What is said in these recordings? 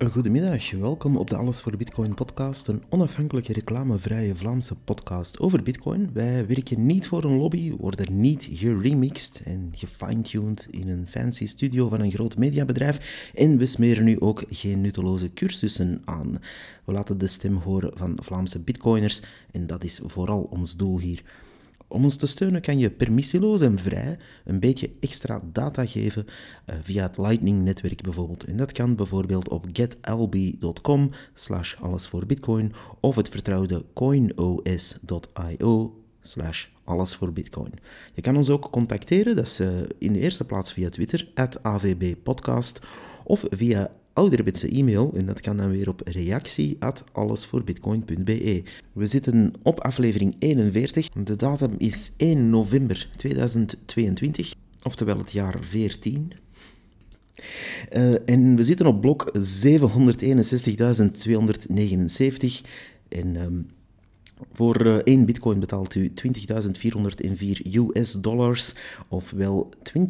Goedemiddag, welkom op de Alles voor Bitcoin podcast, een onafhankelijke reclamevrije Vlaamse podcast over Bitcoin. Wij werken niet voor een lobby, worden niet geremixed en gefine-tuned in een fancy studio van een groot mediabedrijf en we smeren nu ook geen nutteloze cursussen aan. We laten de stem horen van Vlaamse Bitcoiners en dat is vooral ons doel hier. Om ons te steunen kan je permissieloos en vrij een beetje extra data geven via het Lightning-netwerk bijvoorbeeld. En dat kan bijvoorbeeld op getalby.com/allesvoorbitcoin of het vertrouwde coinos.io/allesvoorbitcoin. Je kan ons ook contacteren, dat is in de eerste plaats via Twitter, @avbpodcast, of via ouderwetse e-mail, en dat kan dan weer op reactie@allesvoorbitcoin.be. We zitten op aflevering 41. De datum is 1 november 2022, oftewel het jaar 14. En we zitten op blok 761.279 en voor 1 bitcoin betaalt u $20.404, ofwel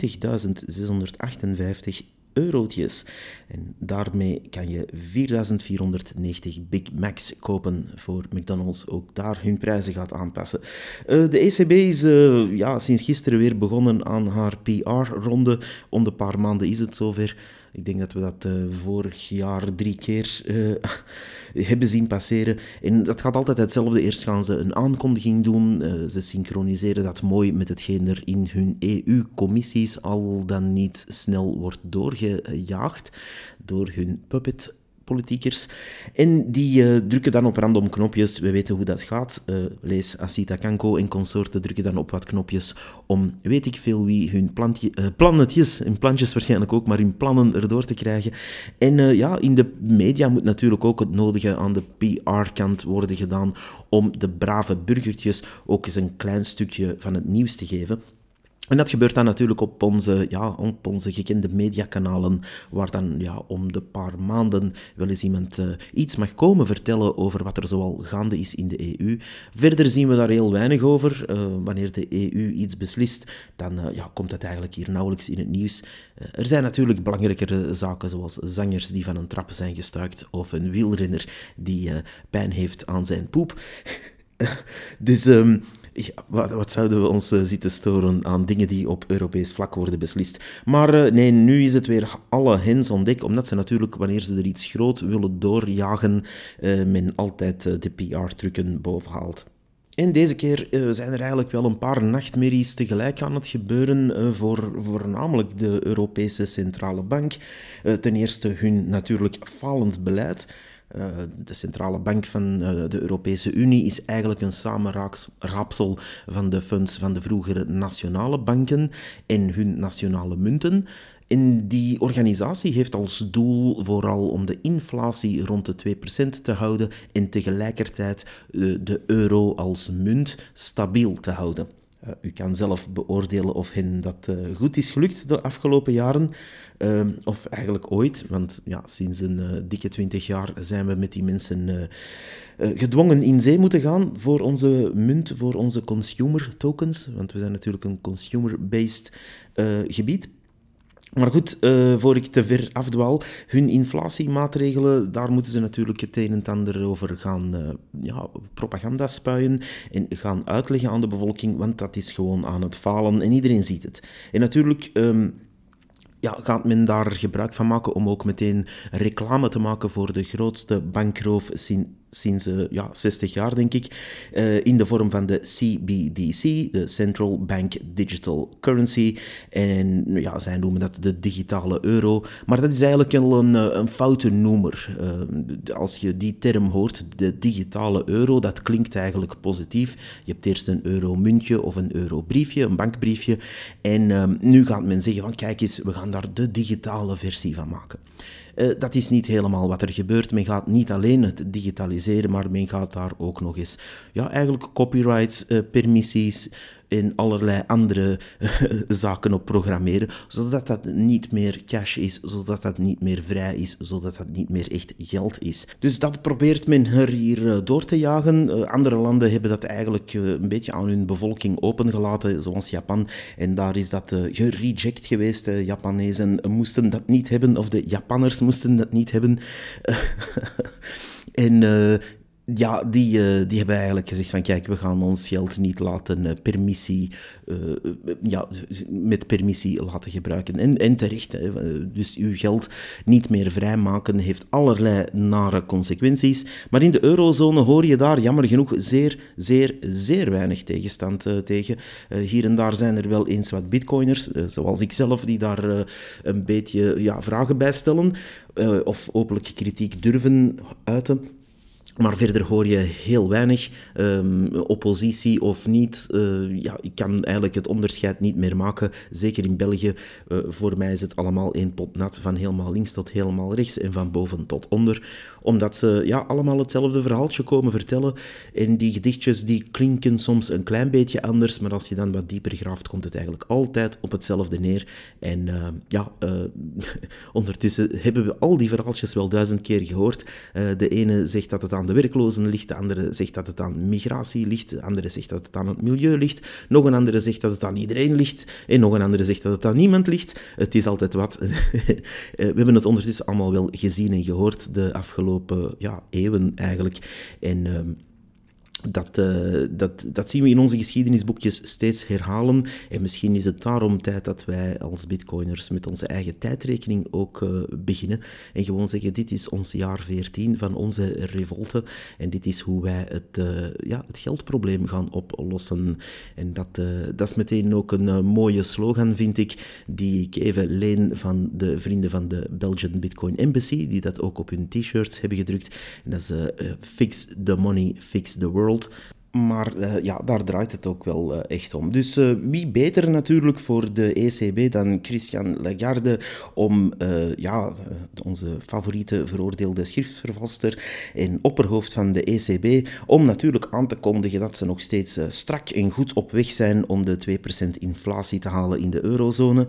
20.658 eurotjes. En daarmee kan je 4.490 Big Macs kopen voor McDonald's. Ook daar hun prijzen gaat aanpassen. De ECB is sinds gisteren weer begonnen aan haar PR-ronde. Om de paar maanden is het zover. Ik denk dat we dat vorig jaar 3 keer hebben zien passeren. En dat gaat altijd hetzelfde. Eerst gaan ze een aankondiging doen. Ze synchroniseren dat mooi met hetgeen er in hun EU-commissies al dan niet snel wordt doorgejaagd door hun puppet-politiekers. En die drukken dan op random knopjes. We weten hoe dat gaat. Lees Asita Kanko en consorten drukken dan op wat knopjes om weet ik veel wie hun plannetjes, en plantjes waarschijnlijk ook, maar hun plannen erdoor te krijgen. En in de media moet natuurlijk ook het nodige aan de PR-kant worden gedaan om de brave burgertjes ook eens een klein stukje van het nieuws te geven. En dat gebeurt dan natuurlijk op onze gekende mediakanalen, waar dan om de paar maanden wel eens iemand iets mag komen vertellen over wat er zoal gaande is in de EU. Verder zien we daar heel weinig over. Wanneer de EU iets beslist, dan komt het eigenlijk hier nauwelijks in het nieuws. Er zijn natuurlijk belangrijkere zaken, zoals zangers die van een trap zijn gestuikt, of een wielrenner die pijn heeft aan zijn poep. Dus wat zouden we ons zitten storen aan dingen die op Europees vlak worden beslist. Maar nee, nu is het weer alle hens on dek, omdat ze natuurlijk, wanneer ze er iets groot willen doorjagen, men altijd de PR-trucken bovenhaalt. En deze keer zijn er eigenlijk wel een paar nachtmerries tegelijk aan het gebeuren voor voornamelijk de Europese Centrale Bank. Ten eerste hun natuurlijk falend beleid. De centrale bank van de Europese Unie is eigenlijk een samenraapsel van de funds van de vroegere nationale banken en hun nationale munten. En die organisatie heeft als doel vooral om de inflatie rond de 2% te houden en tegelijkertijd de euro als munt stabiel te houden. U kan zelf beoordelen of hen dat goed is gelukt de afgelopen jaren. Of eigenlijk ooit, want sinds een dikke 20 jaar zijn we met die mensen gedwongen in zee moeten gaan voor onze munt, voor onze consumer tokens. Want we zijn natuurlijk een consumer-based gebied. Maar goed, voor ik te ver afdwaal, hun inflatiemaatregelen, daar moeten ze natuurlijk het een en het ander over gaan propaganda spuien en gaan uitleggen aan de bevolking, want dat is gewoon aan het falen en iedereen ziet het. En natuurlijk gaat men daar gebruik van maken om ook meteen reclame te maken voor de grootste bankroof sinds 60 jaar, denk ik, in de vorm van de CBDC, de Central Bank Digital Currency. En zij noemen dat de digitale euro. Maar dat is eigenlijk al een foute noemer. Als je die term hoort, de digitale euro, dat klinkt eigenlijk positief. Je hebt eerst een euromuntje of een eurobriefje, een bankbriefje. En nu gaat men zeggen van kijk eens, we gaan daar de digitale versie van maken. Dat is niet helemaal wat er gebeurt. Men gaat niet alleen het digitaliseren, maar men gaat daar ook nog eens eigenlijk copyrights, permissies en allerlei andere zaken op programmeren, zodat dat niet meer cash is, zodat dat niet meer vrij is, zodat dat niet meer echt geld is. Dus dat probeert men er hier door te jagen. Andere landen hebben dat eigenlijk een beetje aan hun bevolking opengelaten, zoals Japan. En daar is dat gereject geweest. De Japanezen moesten dat niet hebben, of de Japanners moesten dat niet hebben. En ja, die hebben eigenlijk gezegd van kijk, we gaan ons geld niet laten met permissie laten gebruiken. En terecht, hè. Dus uw geld niet meer vrijmaken heeft allerlei nare consequenties. Maar in de eurozone hoor je daar jammer genoeg zeer, zeer, zeer weinig tegenstand tegen. Hier en daar zijn er wel eens wat bitcoiners, zoals ik zelf, die daar een beetje vragen bij stellen. Of openlijk kritiek durven uiten. Maar verder hoor je heel weinig, oppositie of niet. Ik kan eigenlijk het onderscheid niet meer maken. Zeker in België, voor mij is het allemaal één pot nat, van helemaal links tot helemaal rechts en van boven tot onder. Omdat ze allemaal hetzelfde verhaaltje komen vertellen. En die gedichtjes die klinken soms een klein beetje anders, maar als je dan wat dieper graaft, komt het eigenlijk altijd op hetzelfde neer. En ondertussen hebben we al die verhaaltjes wel 1000 keer gehoord. De ene zegt dat het aan de werklozen ligt, de andere zegt dat het aan migratie ligt, de andere zegt dat het aan het milieu ligt, nog een andere zegt dat het aan iedereen ligt, en nog een andere zegt dat het aan niemand ligt. Het is altijd wat. We hebben het ondertussen allemaal wel gezien en gehoord de afgelopen eeuwen eigenlijk. En dat zien we in onze geschiedenisboekjes steeds herhalen. En misschien is het daarom tijd dat wij als bitcoiners met onze eigen tijdrekening ook beginnen. En gewoon zeggen, dit is ons jaar 14 van onze revolte. En dit is hoe wij het geldprobleem gaan oplossen. En dat is meteen ook een mooie slogan, vind ik, die ik even leen van de vrienden van de Belgian Bitcoin Embassy, die dat ook op hun t-shirts hebben gedrukt. En dat is fix the money, fix the world. Maar daar draait het ook wel echt om. Dus wie beter natuurlijk voor de ECB dan Christine Lagarde om onze favoriete veroordeelde schriftvervalster en opperhoofd van de ECB, om natuurlijk aan te kondigen dat ze nog steeds strak en goed op weg zijn om de 2% inflatie te halen in de eurozone.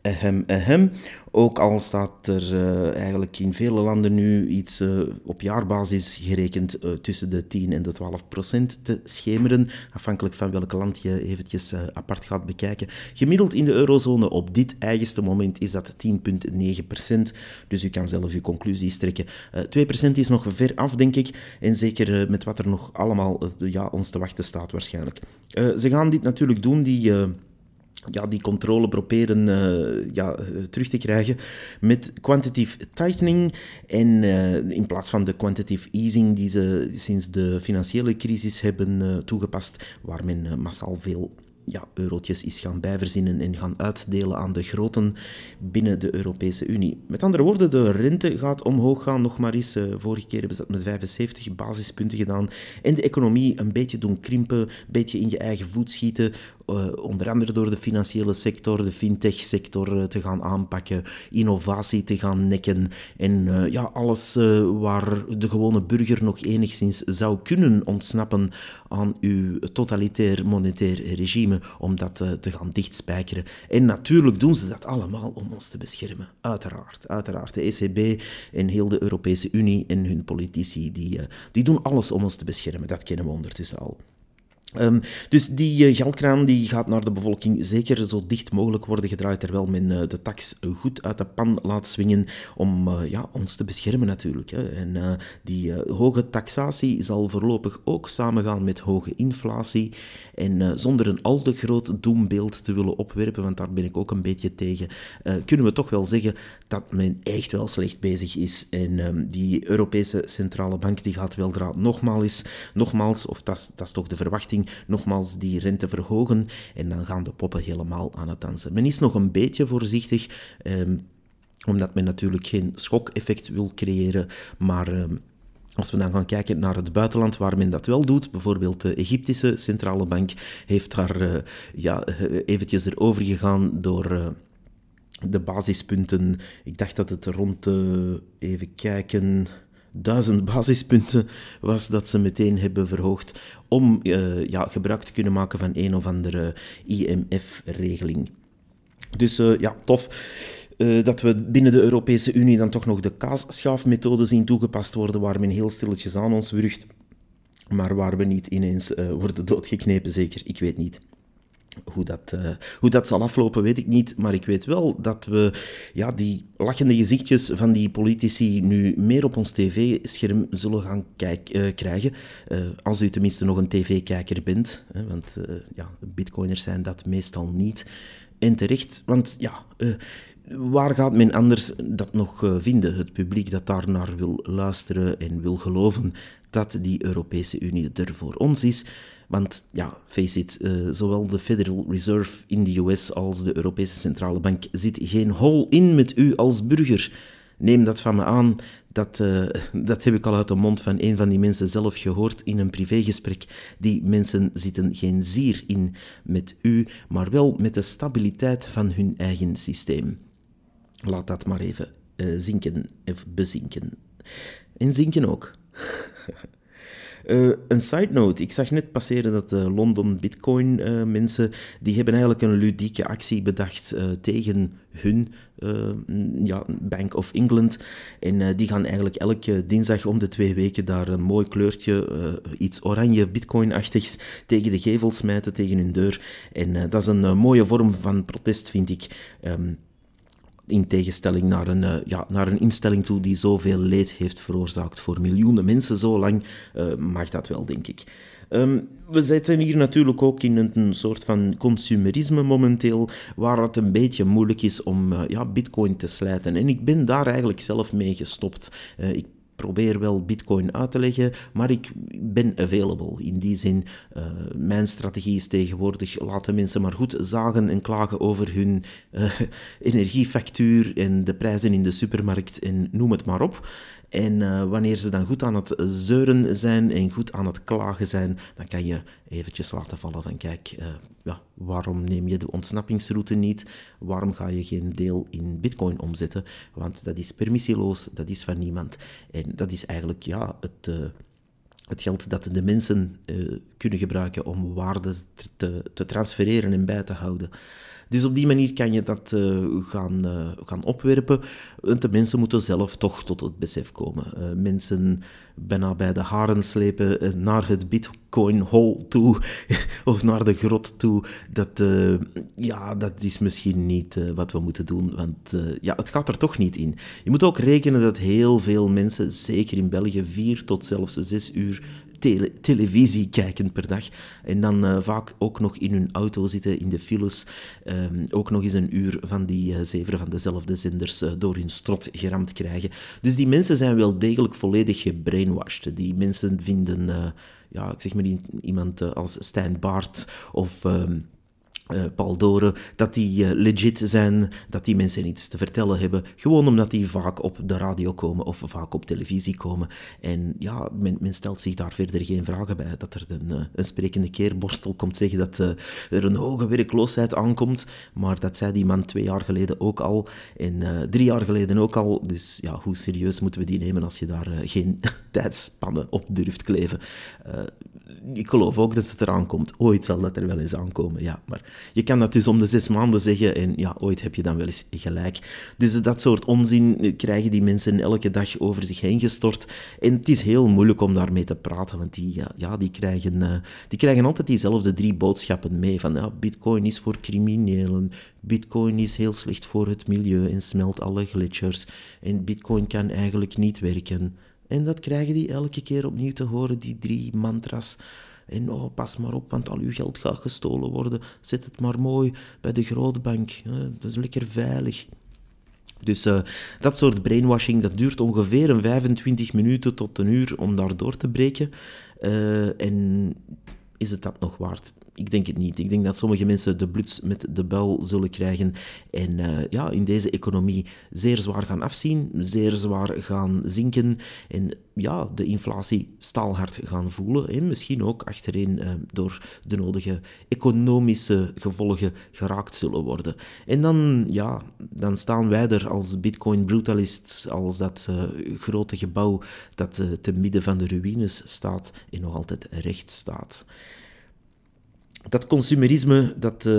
Ook al staat er eigenlijk in vele landen nu iets op jaarbasis gerekend tussen de 10 en de 12% te schemeren, afhankelijk van welk land je eventjes apart gaat bekijken. Gemiddeld in de eurozone op dit eigenste moment is dat 10,9%, dus u kan zelf uw conclusies trekken. 2% is nog ver af, denk ik, en zeker met wat er nog allemaal ons te wachten staat waarschijnlijk. Ze gaan dit natuurlijk doen, die controle proberen terug te krijgen met quantitative tightening en in plaats van de quantitative easing die ze sinds de financiële crisis hebben toegepast, waar men massaal veel eurotjes is gaan bijverzinnen en gaan uitdelen aan de groten binnen de Europese Unie. Met andere woorden, de rente gaat omhoog gaan, nog maar eens. Vorige keer hebben ze dat met 75 basispunten gedaan. En de economie een beetje doen krimpen, een beetje in je eigen voet schieten, onder andere door de financiële sector, de fintech-sector te gaan aanpakken, innovatie te gaan nekken en alles waar de gewone burger nog enigszins zou kunnen ontsnappen aan uw totalitair monetair regime, om dat te gaan dichtspijkeren. En natuurlijk doen ze dat allemaal om ons te beschermen. Uiteraard. De ECB en heel de Europese Unie en hun politici, die doen alles om ons te beschermen. Dat kennen we ondertussen al. Dus die geldkraan die gaat naar de bevolking zeker zo dicht mogelijk worden gedraaid, terwijl men de tax goed uit de pan laat swingen om ons te beschermen natuurlijk. Hè. En die hoge taxatie zal voorlopig ook samengaan met hoge inflatie. En zonder een al te groot doembeeld te willen opwerpen, want daar ben ik ook een beetje tegen, kunnen we toch wel zeggen dat men echt wel slecht bezig is. En die Europese Centrale Bank die gaat weldra nogmaals, of dat is toch de verwachting, nogmaals die rente verhogen en dan gaan de poppen helemaal aan het dansen. Men is nog een beetje voorzichtig, omdat men natuurlijk geen schokeffect wil creëren, maar als we dan gaan kijken naar het buitenland waar men dat wel doet, bijvoorbeeld de Egyptische Centrale Bank heeft daar eventjes erover gegaan door de basispunten. Ik dacht dat het rond even kijken, 1000 basispunten was dat ze meteen hebben verhoogd om gebruik te kunnen maken van een of andere IMF-regeling. Dus tof dat we binnen de Europese Unie dan toch nog de kaasschaafmethode zien toegepast worden, waar men heel stilletjes aan ons wurgt, maar waar we niet ineens worden doodgeknepen, zeker. Ik weet niet. Hoe dat zal aflopen, weet ik niet, maar ik weet wel dat we die lachende gezichtjes van die politici nu meer op ons tv-scherm zullen gaan krijgen, als u tenminste nog een tv-kijker bent, want bitcoiners zijn dat meestal niet. En terecht, want waar gaat men anders dat nog vinden? Het publiek dat daar naar wil luisteren en wil geloven dat die Europese Unie er voor ons is. Want face it, zowel de Federal Reserve in de US als de Europese Centrale Bank zit geen hol in met u als burger. Neem dat van me aan. Dat heb ik al uit de mond van een van die mensen zelf gehoord in een privégesprek. Die mensen zitten geen zier in met u, maar wel met de stabiliteit van hun eigen systeem. Laat dat maar even zinken of bezinken. En zinken ook. Een side note, ik zag net passeren dat de London Bitcoin mensen, die hebben eigenlijk een ludieke actie bedacht tegen hun Bank of England. En die gaan eigenlijk elke dinsdag om de 2 weken daar een mooi kleurtje, iets oranje bitcoin-achtigs, tegen de gevel smijten, tegen hun deur. En dat is een mooie vorm van protest, vind ik. In tegenstelling naar een instelling toe die zoveel leed heeft veroorzaakt voor miljoenen mensen zo lang, mag dat wel, denk ik. We zitten hier natuurlijk ook in een soort van consumerisme momenteel, waar het een beetje moeilijk is om bitcoin te slijten. En ik ben daar eigenlijk zelf mee gestopt. Ik probeer wel bitcoin uit te leggen, maar ik ben available. In die zin, mijn strategie is tegenwoordig, laten mensen maar goed zagen en klagen over hun energiefactuur en de prijzen in de supermarkt en noem het maar op. En wanneer ze dan goed aan het zeuren zijn en goed aan het klagen zijn, dan kan je eventjes laten vallen van kijk, waarom neem je de ontsnappingsroute niet? Waarom ga je geen deel in bitcoin omzetten? Want dat is permissieloos, dat is van niemand. En dat is eigenlijk het geld dat de mensen kunnen gebruiken om waarde te transfereren en bij te houden. Dus op die manier kan je dat gaan opwerpen. Want de mensen moeten zelf toch tot het besef komen. Mensen bijna bij de haren slepen naar het bitcoin hole toe of naar de grot toe. Dat is misschien niet wat we moeten doen, want het gaat er toch niet in. Je moet ook rekenen dat heel veel mensen, zeker in België, 4 tot zelfs 6 uur televisie kijken per dag. En dan vaak ook nog in hun auto zitten, in de files. Ook nog eens een uur van die 7 van dezelfde zenders door hun strot geramd krijgen. Dus die mensen zijn wel degelijk volledig gebrainwashed. Die mensen vinden, ik zeg maar iemand als Stijn Baart of Paul Doren, dat die legit zijn, dat die mensen iets te vertellen hebben, gewoon omdat die vaak op de radio komen of vaak op televisie komen. En men stelt zich daar verder geen vragen bij. Dat er een sprekende keerborstel komt zeggen dat er een hoge werkloosheid aankomt, maar dat zei die man 2 jaar geleden ook al en 3 jaar geleden ook al. Dus hoe serieus moeten we die nemen als je daar geen tijdspannen op durft kleven? Ik geloof ook dat het eraan komt. Ooit zal dat er wel eens aankomen, maar je kan dat dus om de 6 maanden zeggen en ooit heb je dan wel eens gelijk. Dus dat soort onzin krijgen die mensen elke dag over zich heen gestort. En het is heel moeilijk om daarmee te praten, want die krijgen altijd diezelfde 3 boodschappen mee. Van bitcoin is voor criminelen, bitcoin is heel slecht voor het milieu en smelt alle gletsjers. En bitcoin kan eigenlijk niet werken. En dat krijgen die elke keer opnieuw te horen, die 3 mantra's. En pas maar op, want al uw geld gaat gestolen worden. Zet het maar mooi bij de grootbank. Dat is lekker veilig. Dus dat soort brainwashing, dat duurt ongeveer een 25 minuten tot een uur om daar door te breken. En is het dat nog waard? Ik denk het niet. Ik denk dat sommige mensen de bluts met de buil zullen krijgen en in deze economie zeer zwaar gaan afzien, zeer zwaar gaan zinken en de inflatie staalhard gaan voelen en misschien ook achterin door de nodige economische gevolgen geraakt zullen worden. En dan staan wij er als Bitcoin-brutalists, als dat grote gebouw dat te midden van de ruïnes staat en nog altijd recht staat. Dat consumerisme,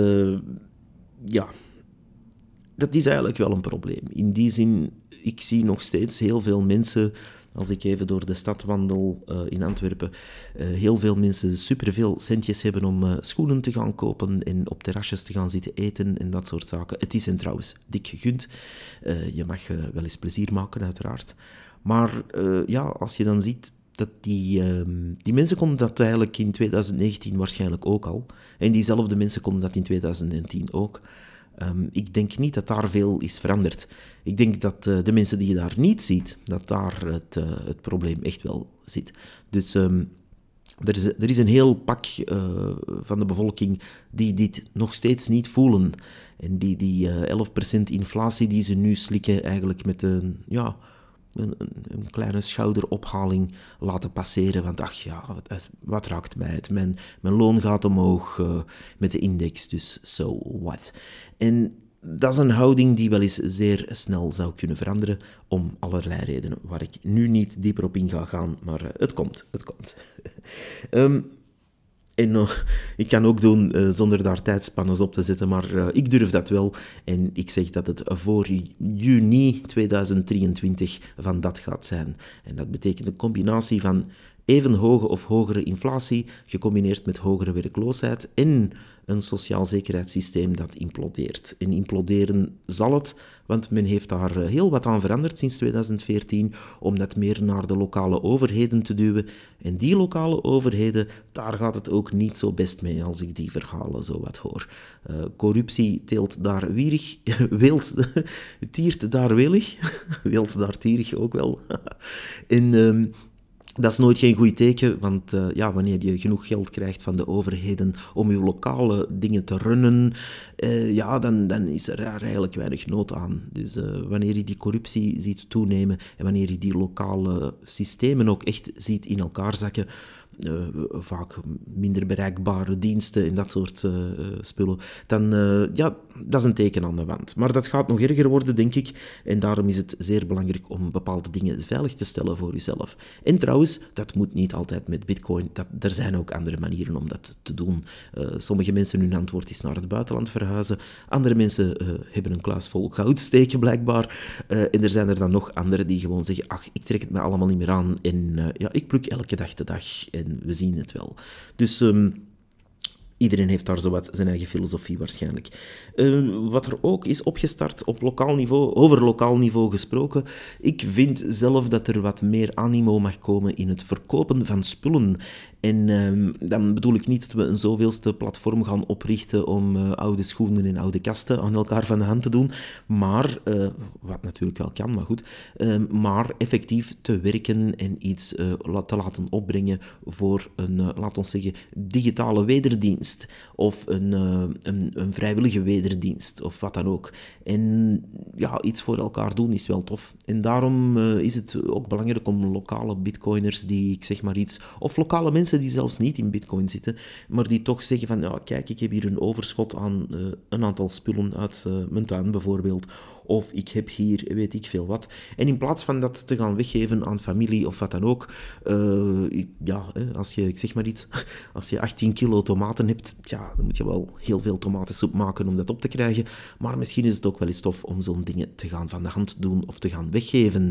dat is eigenlijk wel een probleem. In die zin, ik zie nog steeds heel veel mensen, als ik even door de stad wandel in Antwerpen, heel veel mensen superveel centjes hebben om schoenen te gaan kopen en op terrasjes te gaan zitten eten en dat soort zaken. Het is hen trouwens dik gegund. Je mag wel eens plezier maken, uiteraard. Maar als je dan ziet dat die mensen konden dat eigenlijk in 2019 waarschijnlijk ook al. En diezelfde mensen konden dat in 2010 ook. Ik denk niet dat daar veel is veranderd. Ik denk dat de mensen die je daar niet ziet, dat daar het probleem echt wel zit. Dus er is een heel pak van de bevolking die dit nog steeds niet voelen. En die 11% inflatie die ze nu slikken eigenlijk met een kleine schouderophaling laten passeren. Want wat raakt mij het? Mijn loon gaat omhoog met de index, dus so what? En dat is een houding die wel eens zeer snel zou kunnen veranderen, om allerlei redenen, waar ik nu niet dieper op in ga gaan, maar het komt. Ik kan ook doen zonder daar tijdspannes op te zetten, maar ik durf dat wel. En ik zeg dat het voor juni 2023 van dat gaat zijn. En dat betekent een combinatie van even hoge of hogere inflatie, gecombineerd met hogere werkloosheid en een sociaal zekerheidssysteem dat implodeert. En imploderen zal het, want men heeft daar heel wat aan veranderd sinds 2014, om dat meer naar de lokale overheden te duwen. En die lokale overheden, daar gaat het ook niet zo best mee als ik die verhalen zo wat hoor. Corruptie teelt daar wierig, tiert daar welig, wilt daar tierig ook wel. En dat is nooit geen goed teken, want wanneer je genoeg geld krijgt van de overheden om je lokale dingen te runnen, dan is er daar eigenlijk weinig nood aan. Dus wanneer je die corruptie ziet toenemen en wanneer je die lokale systemen ook echt ziet in elkaar zakken, vaak minder bereikbare diensten en dat soort spullen, dan dat is een teken aan de wand. Maar dat gaat nog erger worden, denk ik, en daarom is het zeer belangrijk om bepaalde dingen veilig te stellen voor jezelf. En trouwens, dat moet niet altijd met bitcoin, er zijn ook andere manieren om dat te doen. Sommige mensen, hun antwoord is naar het buitenland verhuizen, andere mensen hebben een kluis vol goud steken, blijkbaar, en er zijn er dan nog anderen die gewoon zeggen, ik trek het me allemaal niet meer aan en ik pluk elke dag de dag en we zien het wel. Dus iedereen heeft daar zowat zijn eigen filosofie waarschijnlijk. Wat er ook is opgestart op lokaal niveau, over lokaal niveau gesproken, ik vind zelf dat er wat meer animo mag komen in het verkopen van spullen. En dan bedoel ik niet dat we een zoveelste platform gaan oprichten om oude schoenen en oude kasten aan elkaar van de hand te doen, maar, wat natuurlijk wel kan, maar goed, maar effectief te werken en iets te laten opbrengen voor een, laten we zeggen, digitale wederdienst of een vrijwillige wederdienst of wat dan ook. En iets voor elkaar doen is wel tof. En daarom is het ook belangrijk om lokale bitcoiners die, ik zeg maar iets, of lokale mensen die zelfs niet in bitcoin zitten, maar die toch zeggen van, kijk, ik heb hier een overschot aan een aantal spullen uit mijn tuin bijvoorbeeld, of ik heb hier weet ik veel wat. En in plaats van dat te gaan weggeven aan familie of wat dan ook, als je, ik zeg maar iets, als je 18 kilo tomaten hebt, dan moet je wel heel veel tomatensoep maken om dat op te krijgen, maar misschien is het ook wel eens tof om zo'n dingen te gaan van de hand doen of te gaan weggeven.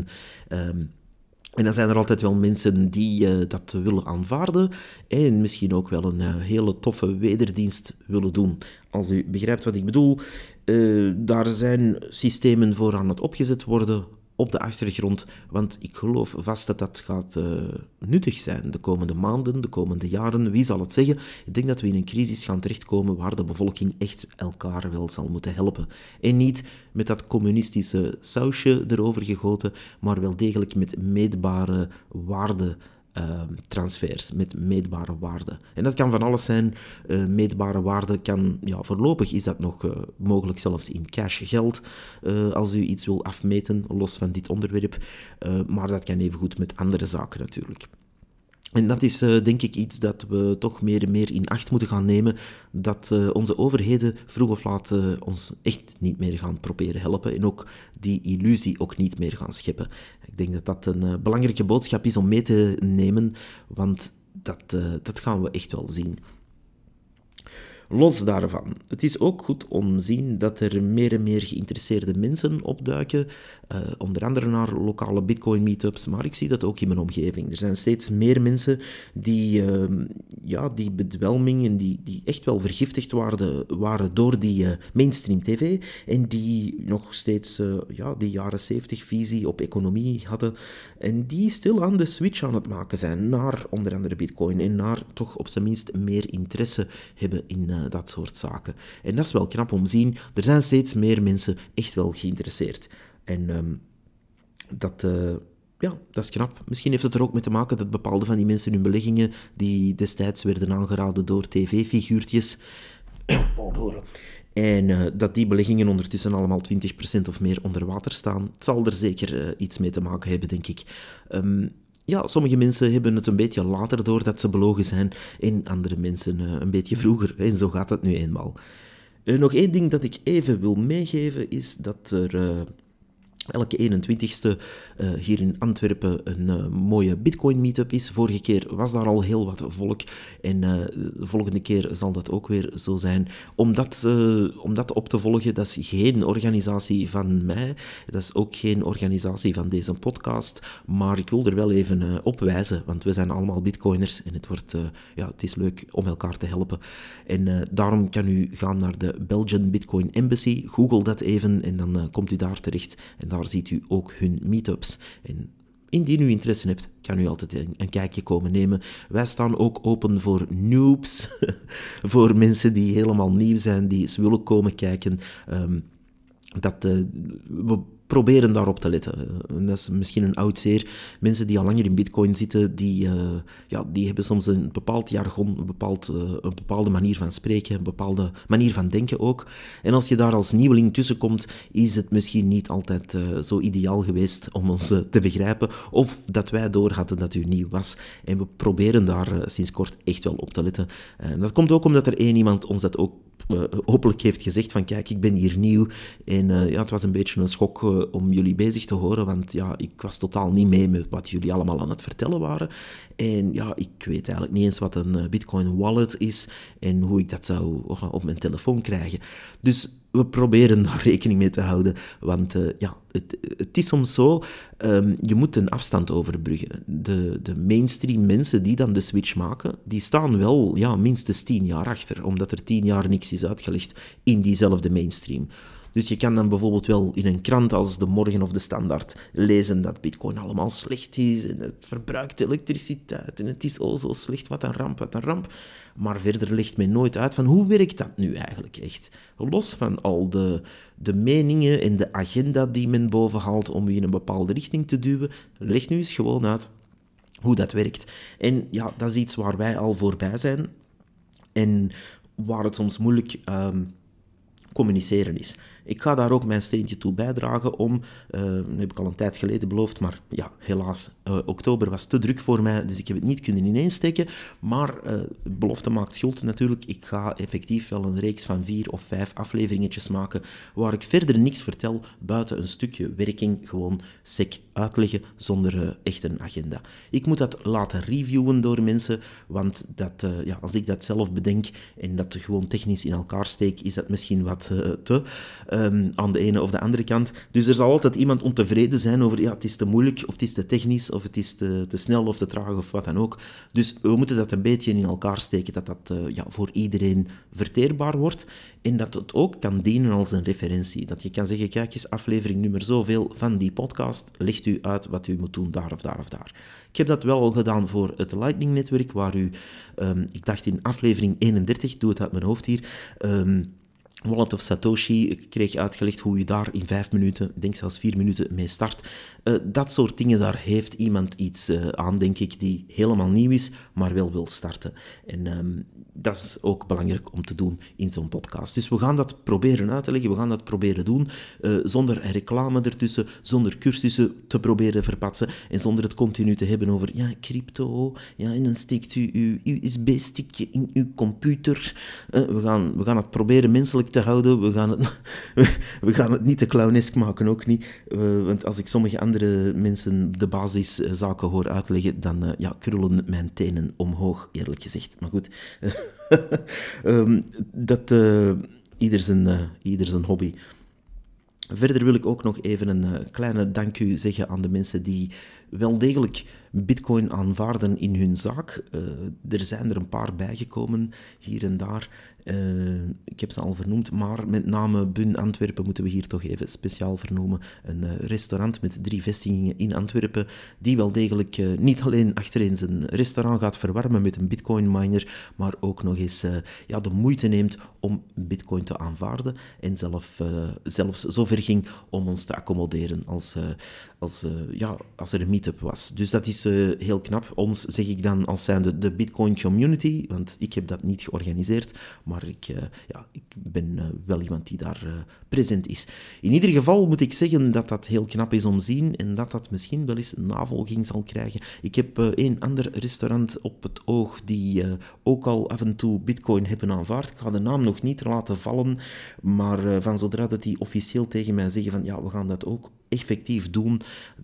En dan zijn er altijd wel mensen die dat willen aanvaarden en misschien ook wel een hele toffe wederdienst willen doen. Als u begrijpt wat ik bedoel, daar zijn systemen voor aan het opgezet worden op de achtergrond, want ik geloof vast dat dat gaat nuttig zijn de komende maanden, de komende jaren. Wie zal het zeggen? Ik denk dat we in een crisis gaan terechtkomen waar de bevolking echt elkaar wel zal moeten helpen. En niet met dat communistische sausje erover gegoten, maar wel degelijk met meetbare waarden transfers met meetbare waarde. En dat kan van alles zijn. Meetbare waarde kan, voorlopig is dat nog mogelijk zelfs in cash geld, als u iets wil afmeten, los van dit onderwerp. Maar dat kan evengoed met andere zaken natuurlijk. En dat is denk ik iets dat we toch meer en meer in acht moeten gaan nemen, dat onze overheden vroeg of laat ons echt niet meer gaan proberen helpen en ook die illusie ook niet meer gaan scheppen. Ik denk dat dat een belangrijke boodschap is om mee te nemen, want dat gaan we echt wel zien. Los daarvan, het is ook goed om te zien dat er meer en meer geïnteresseerde mensen opduiken, onder andere naar lokale Bitcoin-meetups, maar ik zie dat ook in mijn omgeving. Er zijn steeds meer mensen die bedwelming en die echt wel vergiftigd waren door die mainstream tv en die nog steeds die jaren 70 visie op economie hadden en die stilaan de switch aan het maken zijn naar onder andere Bitcoin en naar toch op zijn minst meer interesse hebben in dat soort zaken. En dat is wel knap om te zien. Er zijn steeds meer mensen echt wel geïnteresseerd. En dat is knap. Misschien heeft het er ook mee te maken dat bepaalde van die mensen hun beleggingen, die destijds werden aangeraden door tv-figuurtjes, en dat die beleggingen ondertussen allemaal 20% of meer onder water staan. Het zal er zeker iets mee te maken hebben, denk ik. Sommige mensen hebben het een beetje later door dat ze belogen zijn en andere mensen een beetje vroeger. En zo gaat het nu eenmaal. Nog één ding dat ik even wil meegeven is dat er elke 21ste hier in Antwerpen een mooie Bitcoin-meetup is. Vorige keer was daar al heel wat volk en de volgende keer zal dat ook weer zo zijn. Om dat op te volgen, dat is geen organisatie van mij, dat is ook geen organisatie van deze podcast, maar ik wil er wel even op wijzen, want we zijn allemaal Bitcoiners en het is leuk om elkaar te helpen. En daarom kan u gaan naar de Belgian Bitcoin Embassy, google dat even en dan komt u daar terecht en daar ziet u ook hun meetups. En indien u interesse hebt, kan u altijd een kijkje komen nemen. Wij staan ook open voor noobs, voor mensen die helemaal nieuw zijn, die eens willen komen kijken. We proberen daarop te letten. Dat is misschien een oud zeer. Mensen die al langer in Bitcoin zitten, die hebben soms een bepaald jargon, een bepaalde manier van spreken, een bepaalde manier van denken ook. En als je daar als nieuweling tussenkomt, is het misschien niet altijd zo ideaal geweest om ons te begrijpen, of dat wij door hadden dat u nieuw was. En we proberen daar sinds kort echt wel op te letten. En dat komt ook omdat er één iemand ons dat ook hopelijk heeft gezegd van kijk, ik ben hier nieuw en het was een beetje een schok om jullie bezig te horen, want ik was totaal niet mee met wat jullie allemaal aan het vertellen waren. En ik weet eigenlijk niet eens wat een Bitcoin wallet is en hoe ik dat zou op mijn telefoon krijgen. Dus we proberen daar rekening mee te houden, want het is soms zo, je moet een afstand overbruggen. De mainstream mensen die dan de switch maken, die staan wel minstens 10 jaar achter, omdat er 10 jaar niks is uitgelegd in diezelfde mainstream. Dus je kan dan bijvoorbeeld wel in een krant als De Morgen of De Standaard lezen dat Bitcoin allemaal slecht is en het verbruikt elektriciteit en het is zo slecht, wat een ramp. Maar verder legt men nooit uit van hoe werkt dat nu eigenlijk echt? Los van al de meningen en de agenda die men bovenhaalt om u in een bepaalde richting te duwen, leg nu eens gewoon uit hoe dat werkt. En dat is iets waar wij al voorbij zijn en waar het soms moeilijk communiceren is. Ik ga daar ook mijn steentje toe bijdragen om, dat heb ik al een tijd geleden beloofd, maar helaas, oktober was te druk voor mij, dus ik heb het niet kunnen ineensteken, maar belofte maakt schuld natuurlijk. Ik ga effectief wel een reeks van 4 of 5 afleveringetjes maken, waar ik verder niks vertel, buiten een stukje werking, gewoon sec uitleggen, zonder echt een agenda. Ik moet dat laten reviewen door mensen, want als ik dat zelf bedenk en dat gewoon technisch in elkaar steek, is dat misschien wat te aan de ene of de andere kant. Dus er zal altijd iemand ontevreden zijn over het is te moeilijk, of het is te technisch, of het is te snel of te traag, of wat dan ook. Dus we moeten dat een beetje in elkaar steken, dat voor iedereen verteerbaar wordt en dat het ook kan dienen als een referentie. Dat je kan zeggen, kijk eens, aflevering nummer zoveel van die podcast, legt u uit wat u moet doen daar of daar of daar. Ik heb dat wel al gedaan voor het Lightning-netwerk, waar u, ik dacht in aflevering 31, doe het uit mijn hoofd hier, Wallet of Satoshi, ik kreeg uitgelegd hoe je daar in 5 minuten, ik denk zelfs 4 minuten mee start. Dat soort dingen, daar heeft iemand iets aan, denk ik, die helemaal nieuw is, maar wel wil starten. En dat is ook belangrijk om te doen in zo'n podcast. Dus we gaan dat proberen uit te leggen, we gaan dat proberen doen, zonder reclame ertussen, zonder cursussen te proberen verpatsen en zonder het continu te hebben over, ja, crypto, ja, en dan steekt u uw USB-stickje in uw computer. We gaan het proberen menselijk te houden, we gaan het niet te clownesk maken, ook niet. Want als ik sommige andere mensen de basiszaken hoor uitleggen, dan krullen mijn tenen omhoog, eerlijk gezegd. Maar goed, ieder zijn hobby. Verder wil ik ook nog even een kleine dank u zeggen aan de mensen die wel degelijk Bitcoin aanvaarden in hun zaak. Er zijn er een paar bijgekomen, hier en daar. Ik heb ze al vernoemd, maar met name Bun Antwerpen moeten we hier toch even speciaal vernoemen. Een restaurant met 3 vestigingen in Antwerpen, die wel degelijk niet alleen achterin zijn restaurant gaat verwarmen met een bitcoin miner, maar ook nog eens de moeite neemt om bitcoin te aanvaarden en zelfs zover ging om ons te accommoderen als er een meetup was. Dus dat is heel knap. Ons zeg ik dan als zijnde de Bitcoin community, want ik heb dat niet georganiseerd, maar ik ben wel iemand die daar present is. In ieder geval moet ik zeggen dat dat heel knap is om te zien en dat dat misschien wel eens navolging zal krijgen. Ik heb een ander restaurant op het oog die ook al af en toe Bitcoin hebben aanvaard. Ik ga de naam nog niet laten vallen, maar van zodra dat die officieel tegen mij zeggen van ja, we gaan dat ook effectief doen,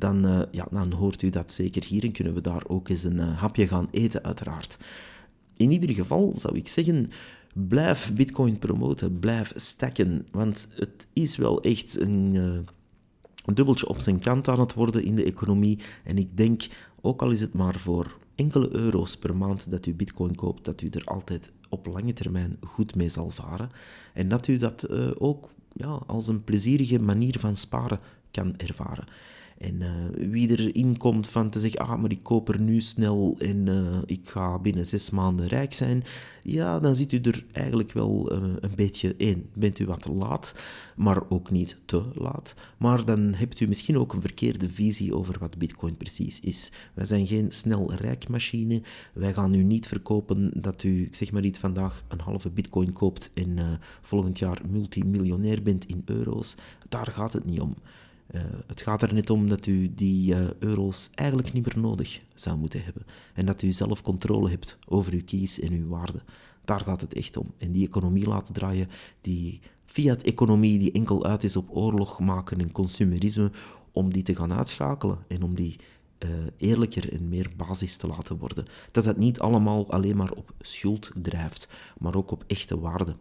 dan hoort u dat zeker hier en kunnen we daar ook eens een hapje gaan eten, uiteraard. In ieder geval zou ik zeggen, blijf Bitcoin promoten, blijf stacken, want het is wel echt een dubbeltje op zijn kant aan het worden in de economie. En ik denk, ook al is het maar voor enkele euro's per maand dat u Bitcoin koopt, dat u er altijd op lange termijn goed mee zal varen. En dat u dat ook als een plezierige manier van sparen kan ervaren. En wie erin komt van te zeggen, maar ik koop er nu snel en ik ga binnen 6 maanden rijk zijn, ja, dan zit u er eigenlijk wel een beetje in. Bent u wat laat, maar ook niet te laat. Maar dan hebt u misschien ook een verkeerde visie over wat Bitcoin precies is. Wij zijn geen snel rijkmachine. Wij gaan u niet verkopen dat u, ik zeg maar iets, vandaag een halve Bitcoin koopt en volgend jaar multimiljonair bent in euro's. Daar gaat het niet om. Het gaat er net om dat u die euro's eigenlijk niet meer nodig zou moeten hebben. En dat u zelf controle hebt over uw kies en uw waarde. Daar gaat het echt om. En die economie laten draaien, die fiat-economie die enkel uit is op oorlog maken en consumerisme, om die te gaan uitschakelen en om die eerlijker en meer basis te laten worden. Dat het niet allemaal alleen maar op schuld drijft, maar ook op echte waarden.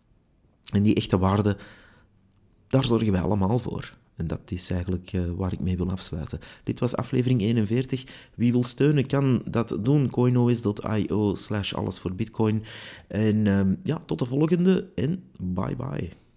En die echte waarden, daar zorgen wij allemaal voor. En dat is eigenlijk waar ik mee wil afsluiten. Dit was aflevering 41. Wie wil steunen, kan dat doen. coinos.io/allesvoorbitcoin. En tot de volgende en bye bye.